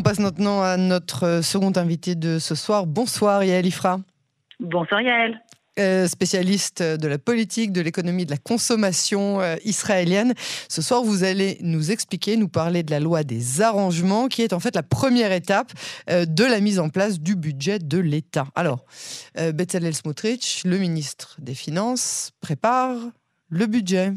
passe maintenant à notre second invité de ce soir. Bonsoir Yael Ifra. Bonsoir Yael. Spécialiste de la politique, de l'économie, de la consommation israélienne. Ce soir, vous allez nous expliquer, nous parler de la loi des arrangements, qui est en fait la première étape de la mise en place du budget de l'État. Alors, Bezalel Smotrich, le ministre des Finances, prépare le budget.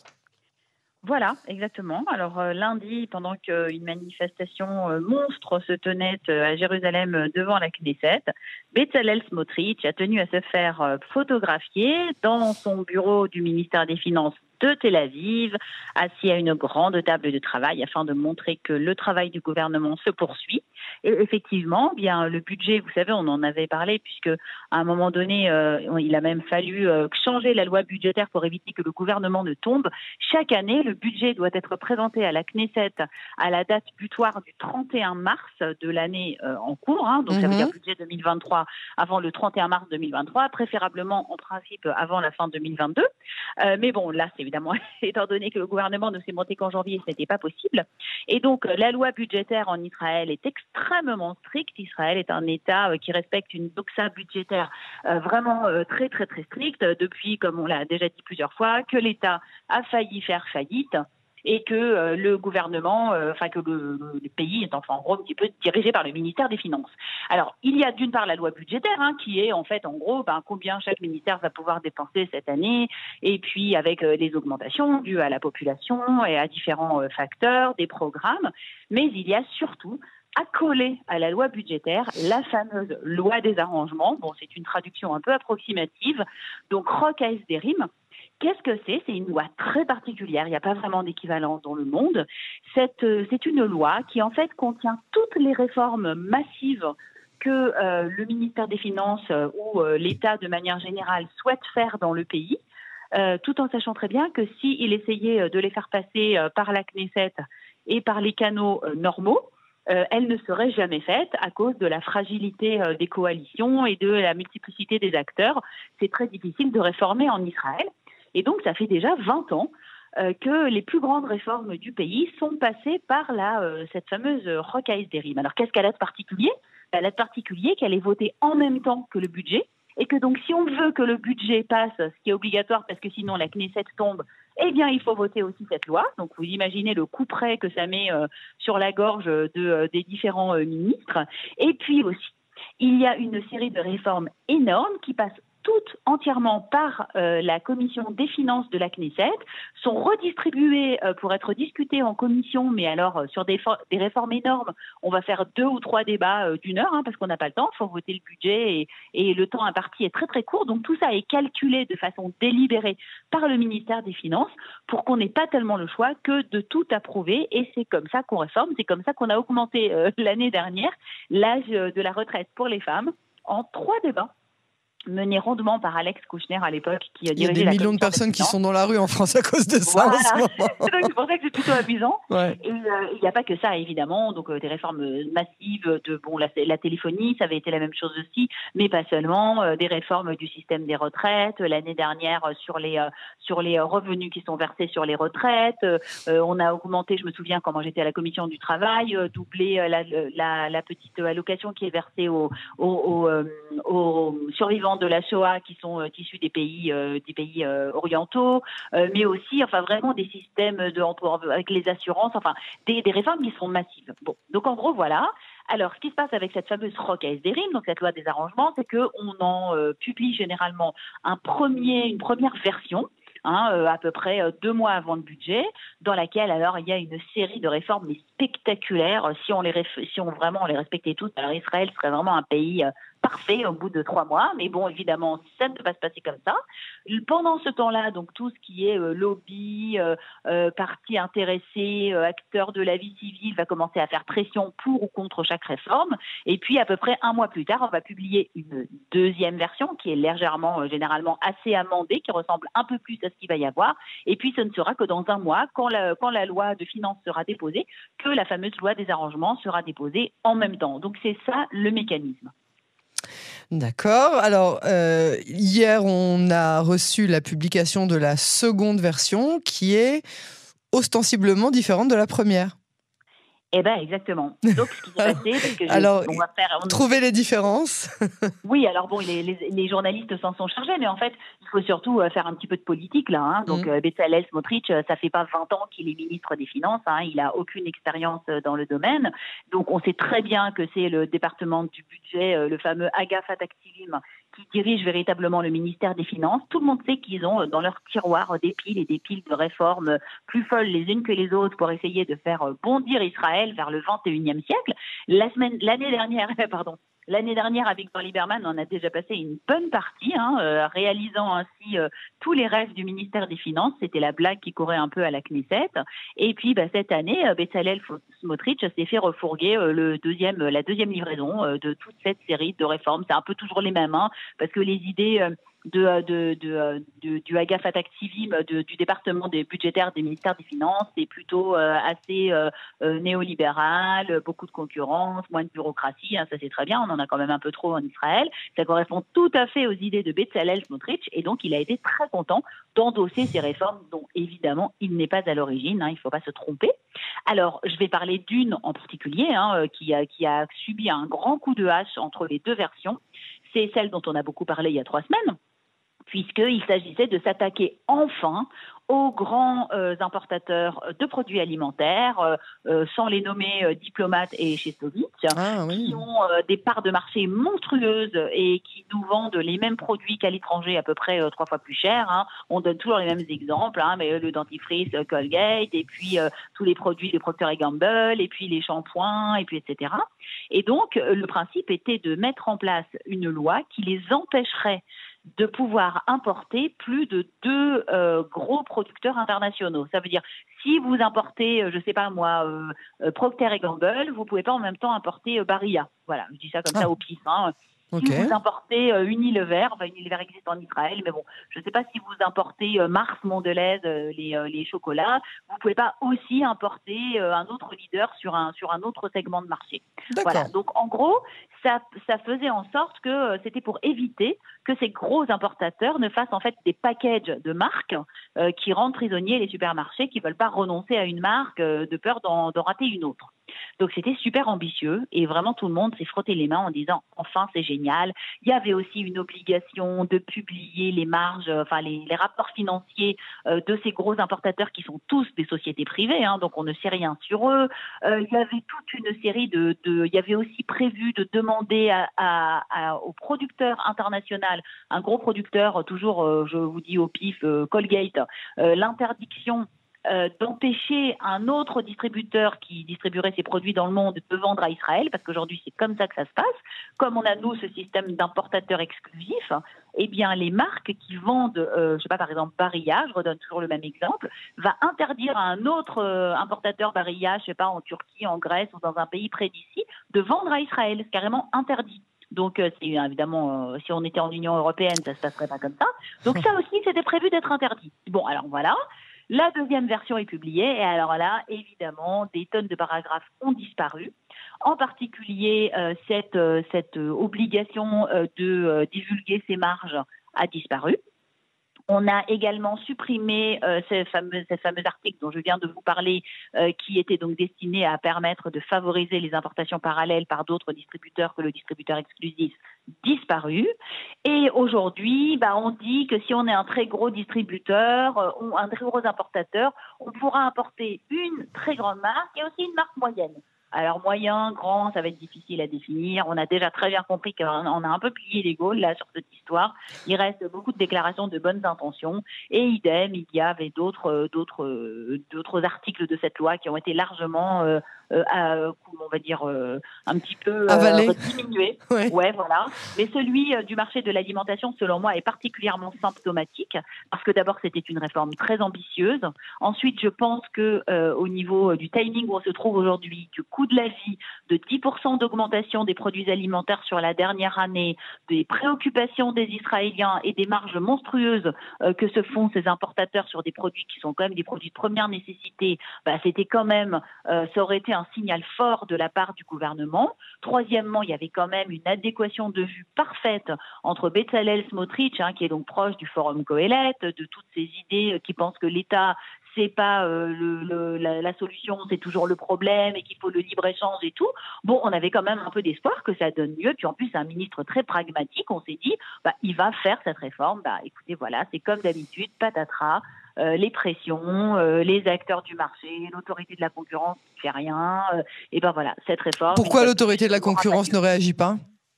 Voilà, exactement. Alors lundi, pendant qu'une manifestation monstre se tenait à Jérusalem devant la Knesset, Bezalel Smotrich a tenu à se faire photographier dans son bureau du ministère des Finances de Tel Aviv, assis à une grande table de travail afin de montrer que le travail du gouvernement se poursuit. Et effectivement, bien le budget, vous savez, on en avait parlé puisque à un moment donné, il a même fallu changer la loi budgétaire pour éviter que le gouvernement ne tombe. Chaque année, le budget doit être présenté à la Knesset à la date butoir du 31 mars de l'année en cours. Donc ça veut dire budget 2023 avant le 31 mars 2023, préférablement en principe avant la fin 2022. Mais bon, là, c'est évidemment, étant donné que le gouvernement ne s'est monté qu'en janvier, ce n'était pas possible. Et donc, la loi budgétaire en Israël est extrêmement stricte. Israël est un État qui respecte une doxa budgétaire vraiment très, très, très stricte depuis, comme on l'a déjà dit plusieurs fois, que l'État a failli faire faillite. Et que le gouvernement, que le pays est enfin en gros un petit peu dirigé par le ministère des Finances. Alors, il y a d'une part la loi budgétaire, qui est en fait en gros combien chaque ministère va pouvoir dépenser cette année, et puis avec les augmentations dues à la population et à différents facteurs, des programmes. Mais il y a surtout accolé à la loi budgétaire la fameuse loi des arrangements. Bon, c'est une traduction un peu approximative. Donc, Chok HaEsderim. Qu'est-ce que c'est ? C'est une loi très particulière. Il n'y a pas vraiment d'équivalent dans le monde. C'est une loi qui, en fait, contient toutes les réformes massives que le ministère des Finances ou l'État, de manière générale, souhaite faire dans le pays, tout en sachant très bien que s'il essayait de les faire passer par la Knesset et par les canaux normaux, elle ne serait jamais faite à cause de la fragilité des coalitions et de la multiplicité des acteurs. C'est très difficile de réformer en Israël. Et donc, ça fait déjà 20 ans que les plus grandes réformes du pays sont passées par cette fameuse Chok HaEsderim. Alors, qu'est-ce qu'elle a de particulier ? Elle a de particulier qu'elle est votée en même temps que le budget, et que donc, si on veut que le budget passe, ce qui est obligatoire parce que sinon la Knesset tombe, eh bien, il faut voter aussi cette loi. Donc, vous imaginez le coup près que ça met sur la gorge des différents ministres. Et puis aussi, il y a une série de réformes énormes qui passent toutes entièrement par la commission des finances de la Knesset, sont redistribuées pour être discutées en commission, mais alors sur des réformes énormes, on va faire 2 ou 3 débats d'1 heure, parce qu'on n'a pas le temps, il faut voter le budget et le temps imparti est très très court, donc tout ça est calculé de façon délibérée par le ministère des Finances pour qu'on n'ait pas tellement le choix que de tout approuver, et c'est comme ça qu'on réforme, c'est comme ça qu'on a augmenté l'année dernière l'âge de la retraite pour les femmes en 3 débats mené rondement par Alex Kouchner à l'époque, qui a dirigé la commission. Il y a des millions de personnes qui sont dans la rue en France à cause de ça. Voilà. En ce moment. Donc, c'est pour ça que c'est plutôt amusant. Ouais. Et il n'y a pas que ça, évidemment. Donc des réformes massives de la téléphonie, ça avait été la même chose aussi, mais pas seulement. Des réformes du système des retraites. L'année dernière, sur les revenus qui sont versés sur les retraites. On a augmenté, je me souviens, quand j'étais à la commission du travail, doublé la petite allocation qui est versée aux survivants de la Shoah qui sont issus des pays orientaux, mais aussi vraiment des systèmes avec les assurances, des réformes qui sont massives. Bon, donc en gros voilà. Alors, ce qui se passe avec cette fameuse Chok HaEsderim, donc cette loi des arrangements, c'est qu'on en publie généralement une première version, à peu près 2 mois avant le budget, dans laquelle alors il y a une série de réformes mais spectaculaires. Si on les respectait toutes, alors Israël serait vraiment un pays parfait au bout de 3 mois, mais bon, évidemment, ça ne peut pas se passer comme ça. Pendant ce temps-là, donc tout ce qui est lobby, partis intéressés, acteurs de la vie civile, va commencer à faire pression pour ou contre chaque réforme. Et puis, à peu près 1 mois plus tard, on va publier une deuxième version qui est légèrement, généralement assez amendée, qui ressemble un peu plus à ce qu'il va y avoir. Et puis, ce ne sera que dans 1 mois, quand la loi de finances sera déposée, que la fameuse loi des arrangements sera déposée en même temps. Donc, c'est ça le mécanisme. D'accord. Alors, hier, on a reçu la publication de la seconde version qui est ostensiblement différente de la première. Eh ben exactement. Donc ce qui s'est passé, parce que Alors, on va faire, trouver les différences. oui, alors bon, les journalistes s'en sont chargés, mais en fait, il faut surtout faire un petit peu de politique là. Hein. Donc, Mmh. Bezalel Smotrich, ça fait pas 20 ans qu'il est ministre des Finances. Hein. Il a aucune expérience dans le domaine. Donc, on sait très bien que c'est le département du budget, le fameux Agafat Activim, qui dirige véritablement le ministère des Finances. Tout le monde sait qu'ils ont dans leur tiroir des piles et des piles de réformes plus folles les unes que les autres pour essayer de faire bondir Israël vers le 21e siècle. L'année dernière, pardon. L'année dernière, avec Victor Lieberman, on a déjà passé une bonne partie, réalisant ainsi tous les rêves du ministère des Finances. C'était la blague qui courait un peu à la Knesset. Et puis, cette année, Bezalel Smotrich s'est fait refourguer la deuxième livraison de toute cette série de réformes. C'est un peu toujours les mêmes, parce que les idées du Agafat Activim, du département des budgétaires des ministères des Finances, c'est plutôt assez néolibéral, beaucoup de concurrence, moins de bureaucratie, ça c'est très bien, on en a quand même un peu trop en Israël. Ça correspond tout à fait aux idées de Bezalel Smotrich, et donc il a été très content d'endosser ces réformes dont évidemment il n'est pas à l'origine, il ne faut pas se tromper. Alors, je vais parler d'une en particulier qui a subi un grand coup de hache entre les deux versions. C'est celle dont on a beaucoup parlé il y a 3 semaines, puisqu'il s'agissait de s'attaquer enfin aux grands importateurs de produits alimentaires, sans les nommer diplomates et Chestovic, qui ont des parts de marché monstrueuses et qui nous vendent les mêmes produits qu'à l'étranger à peu près 3 fois plus cher. On donne toujours les mêmes exemples, mais le dentifrice Colgate, et puis tous les produits de Procter & Gamble, et puis les shampoings, et puis etc. Et donc, le principe était de mettre en place une loi qui les empêcherait de pouvoir importer plus de 2 gros producteurs internationaux. Ça veut dire, si vous importez, je ne sais pas moi, Procter & Gamble, vous ne pouvez pas en même temps importer Barilla. Voilà, je dis ça comme ça au pif. Si vous importez Unilever, Unilever existe en Israël, mais bon, je ne sais pas si vous importez Mars, Mondelez, les chocolats, vous ne pouvez pas aussi importer un autre leader sur un autre segment de marché. D'accord. Voilà, donc en gros, ça faisait en sorte que c'était pour éviter que ces gros importateurs ne fassent en fait des packages de marques qui rendent prisonniers les supermarchés qui ne veulent pas renoncer à une marque de peur d'en rater une autre. Donc c'était super ambitieux et vraiment tout le monde s'est frotté les mains en disant enfin c'est génial. Il y avait aussi une obligation de publier les marges, les rapports financiers de ces gros importateurs qui sont tous des sociétés privées, donc on ne sait rien sur eux. Il y avait toute une série il y avait aussi prévu de demander au producteur international, un gros producteur, toujours je vous dis au pif, Colgate, l'interdiction d'empêcher un autre distributeur qui distribuerait ses produits dans le monde de vendre à Israël, parce qu'aujourd'hui c'est comme ça que ça se passe. Comme on a nous ce système d'importateurs exclusifs, eh bien les marques qui vendent, je sais pas, par exemple Barilla, je redonne toujours le même exemple, va interdire à un autre importateur Barilla, je sais pas, en Turquie, en Grèce ou dans un pays près d'ici, de vendre à Israël. C'est carrément interdit. Donc, c'est évidemment, si on était en Union européenne, ça ne se passerait pas comme ça. Donc, ça aussi, c'était prévu d'être interdit. Bon, alors voilà. La deuxième version est publiée et alors là, évidemment, des tonnes de paragraphes ont disparu. En particulier, cette obligation de divulguer ses marges a disparu. On a également supprimé ces fameux articles dont je viens de vous parler, qui étaient donc destinés à permettre de favoriser les importations parallèles par d'autres distributeurs que le distributeur exclusif, disparu. Et aujourd'hui, on dit que si on est un très gros distributeur ou un très gros importateur, on pourra importer une très grande marque et aussi une marque moyenne. Alors moyen, grand, ça va être difficile à définir. On a déjà très bien compris qu'on a un peu plié les Gaules là sur cette histoire. Il reste beaucoup de déclarations de bonnes intentions et idem, il y avait d'autres articles de cette loi qui ont été largement, on va dire, un petit peu diminués. Ouais, voilà. Mais celui du marché de l'alimentation, selon moi, est particulièrement symptomatique parce que d'abord c'était une réforme très ambitieuse. Ensuite, je pense que au niveau du timing où on se trouve aujourd'hui, du coût de la vie, de 10% d'augmentation des produits alimentaires sur la dernière année, des préoccupations des Israéliens et des marges monstrueuses que se font ces importateurs sur des produits qui sont quand même des produits de première nécessité, c'était quand même, ça aurait été un signal fort de la part du gouvernement. Troisièmement, il y avait quand même une adéquation de vue parfaite entre Bezalel Smotrich, qui est donc proche du Forum Kohelet, de toutes ces idées qui pensent que l'État c'est pas la solution, c'est toujours le problème et qu'il faut le libre-échange et tout. Bon, on avait quand même un peu d'espoir que ça donne mieux. Puis en plus, c'est un ministre très pragmatique. On s'est dit, il va faire cette réforme. Écoutez, voilà, c'est comme d'habitude, patatras. Les pressions, les acteurs du marché, l'autorité de la concurrence ne fait rien. Et ben voilà, cette réforme. Pourquoi l'autorité de la concurrence ne réagit pas ?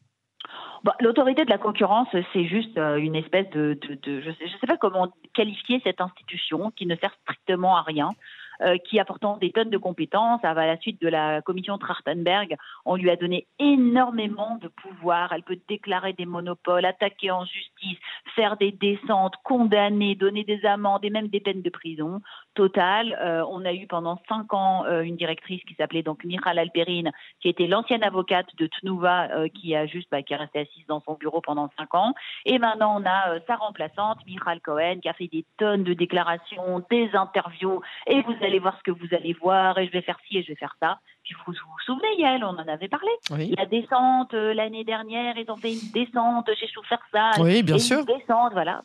L'autorité de la concurrence, c'est juste une espèce je sais pas comment qualifier cette institution qui ne sert strictement à rien. Qui a pourtant des tonnes de compétences. À la suite de la commission Trachtenberg, on lui a donné énormément de pouvoir. Elle peut déclarer des monopoles, attaquer en justice, faire des descentes, condamner, donner des amendes et même des peines de prison. Total, on a eu pendant 5 ans une directrice qui s'appelait donc Michal Alperin, qui était l'ancienne avocate de Tnuva, qui est restée assise dans son bureau pendant 5 ans. Et maintenant, on a sa remplaçante, Michal Cohen, qui a fait des tonnes de déclarations, des interviews, et vous allez voir ce que vous allez voir, et je vais faire ci et je vais faire ça. Puis vous vous souvenez, Yael, on en avait parlé. Oui. La descente, l'année dernière, ils ont fait une descente chez Schufelsaal. Oui, bien sûr. Une descente, voilà.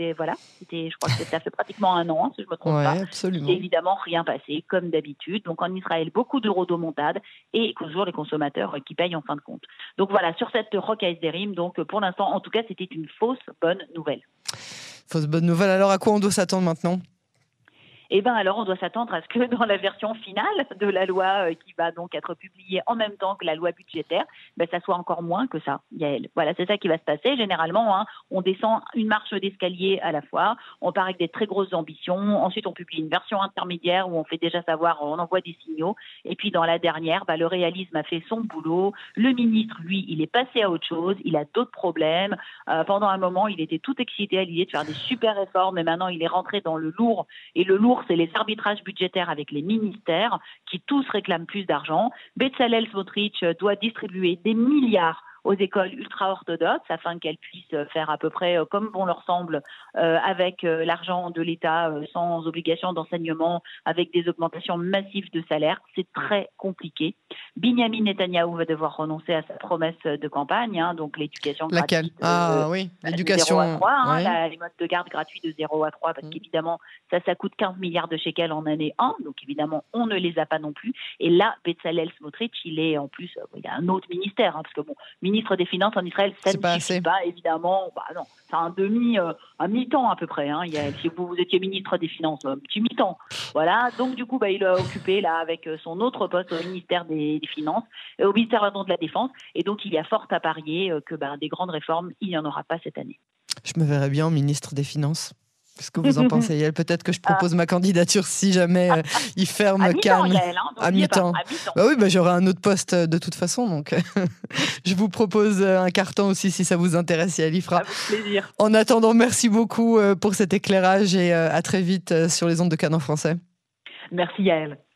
Je crois que ça fait pratiquement 1 an, si je ne me trompe pas. Absolument. C'est évidemment rien passé, comme d'habitude. Donc en Israël, beaucoup de rodomontades et toujours les consommateurs qui payent en fin de compte. Donc voilà, sur cette Rock Haesderim, donc pour l'instant, en tout cas, c'était une fausse bonne nouvelle. Fausse bonne nouvelle. Alors à quoi on doit s'attendre maintenant ? Alors on doit s'attendre à ce que dans la version finale de la loi qui va donc être publiée en même temps que la loi budgétaire, ça soit encore moins que ça, Yael. Voilà, c'est ça qui va se passer. Généralement, on descend une marche d'escalier à la fois, on part avec des très grosses ambitions, ensuite on publie une version intermédiaire où on fait déjà savoir, on envoie des signaux, et puis dans la dernière, le réalisme a fait son boulot. Le ministre, lui, il est passé à autre chose, il a d'autres problèmes. Pendant un moment, il était tout excité à l'idée de faire des super réformes, mais maintenant il est rentré dans le lourd, et le lourd, c'est les arbitrages budgétaires avec les ministères qui tous réclament plus d'argent. Bezalel Smotrich doit distribuer des milliards aux écoles ultra-orthodoxes afin qu'elles puissent faire à peu près comme bon leur semble avec l'argent de l'État sans obligation d'enseignement, avec des augmentations massives de salaire. C'est très compliqué. Binyamin Netanyahou va devoir renoncer à sa promesse de campagne, donc l'éducation gratuite. L'éducation. De 0 à 3, les modes de garde gratuits de 0 à 3, parce qu'évidemment, ça coûte 15 milliards de shekels en année 1, donc évidemment, on ne les a pas non plus. Et là, Bezalel Smotrich, il est en plus, il y a un autre ministère, parce que ministre des Finances en Israël, ça ne suffit pas, évidemment. Non, c'est un mi-temps à peu près. Si vous étiez ministre des Finances, un petit mi-temps. Voilà. Donc du coup, il a occupé là avec son autre poste au ministère des Finances, au ministère de la Défense. Et donc il y a fort à parier que des grandes réformes, il n'y en aura pas cette année. Je me verrais bien ministre des Finances. Qu'est-ce que vous en pensez, Yael ? Peut-être que je propose ma candidature si jamais il ferme Cannes. À mi-temps. J'aurai un autre poste de toute façon. Donc je vous propose un carton aussi si ça vous intéresse, Yael Ifra. Avec plaisir. En attendant, merci beaucoup pour cet éclairage et à très vite sur les ondes de Cannes en français. Merci, Yael.